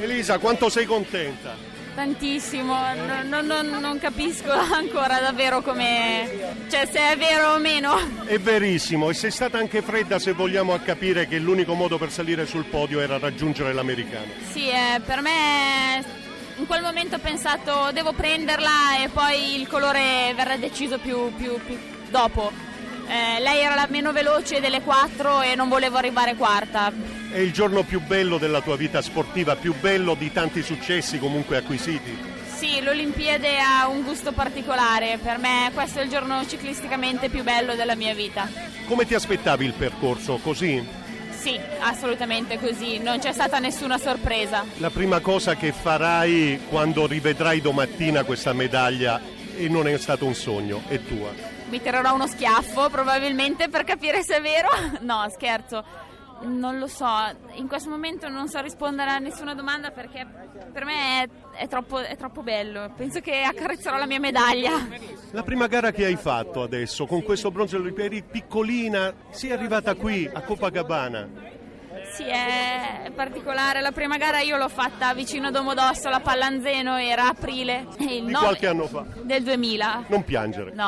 Elisa, quanto sei contenta? Tantissimo, non capisco ancora davvero cioè se è vero o meno. È verissimo, e sei stata anche fredda se vogliamo a capire che l'unico modo per salire sul podio era raggiungere l'americano. Sì, per me in quel momento ho pensato devo prenderla e poi il colore verrà deciso più dopo. Lei era la meno veloce delle 4 e non volevo arrivare quarta. È il giorno più bello della tua vita sportiva, più bello di tanti successi comunque acquisiti? Sì, l'Olimpiade ha un gusto particolare, per me questo è il giorno ciclisticamente più bello della mia vita. Come ti aspettavi il percorso, così? Sì, assolutamente così, non c'è stata nessuna sorpresa. La prima cosa che farai quando rivedrai domattina questa medaglia, e non è stato un sogno, è tua? Mi tirerò uno schiaffo probabilmente per capire se è vero. No, scherzo, non lo so, in questo momento non so rispondere a nessuna domanda perché per me è troppo bello. Penso che accarezzerò la mia medaglia. La prima gara che hai fatto adesso, con questo bronzo eri piccolina, sei arrivata qui a Copacabana. Sì, è particolare. La prima gara io l'ho fatta vicino a Domodossola, a Pallanzeno, era aprile. Di qualche anno fa? Del 2000. Non piangere. No.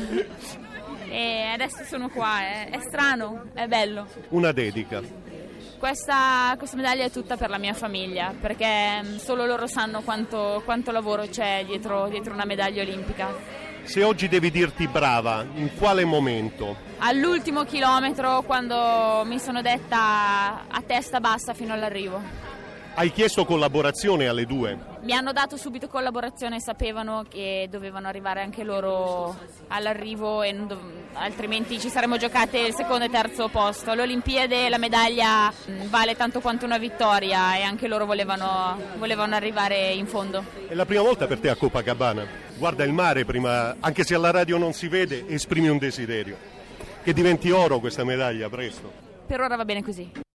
E adesso sono qua, è strano, è bello. Una dedica. Questa medaglia è tutta per la mia famiglia, perché solo loro sanno quanto lavoro c'è dietro una medaglia olimpica. Se oggi devi dirti brava, in quale momento? All'ultimo chilometro, quando mi sono detta a testa bassa fino all'arrivo. Hai chiesto collaborazione alle due? Mi hanno dato subito collaborazione, sapevano che dovevano arrivare anche loro all'arrivo e altrimenti ci saremmo giocate il secondo e terzo posto. All'Olimpiade la medaglia vale tanto quanto una vittoria e anche loro volevano arrivare in fondo. È la prima volta per te a Copacabana? Guarda il mare prima, anche se alla radio non si vede, esprimi un desiderio. Che diventi oro questa medaglia presto. Per ora va bene così.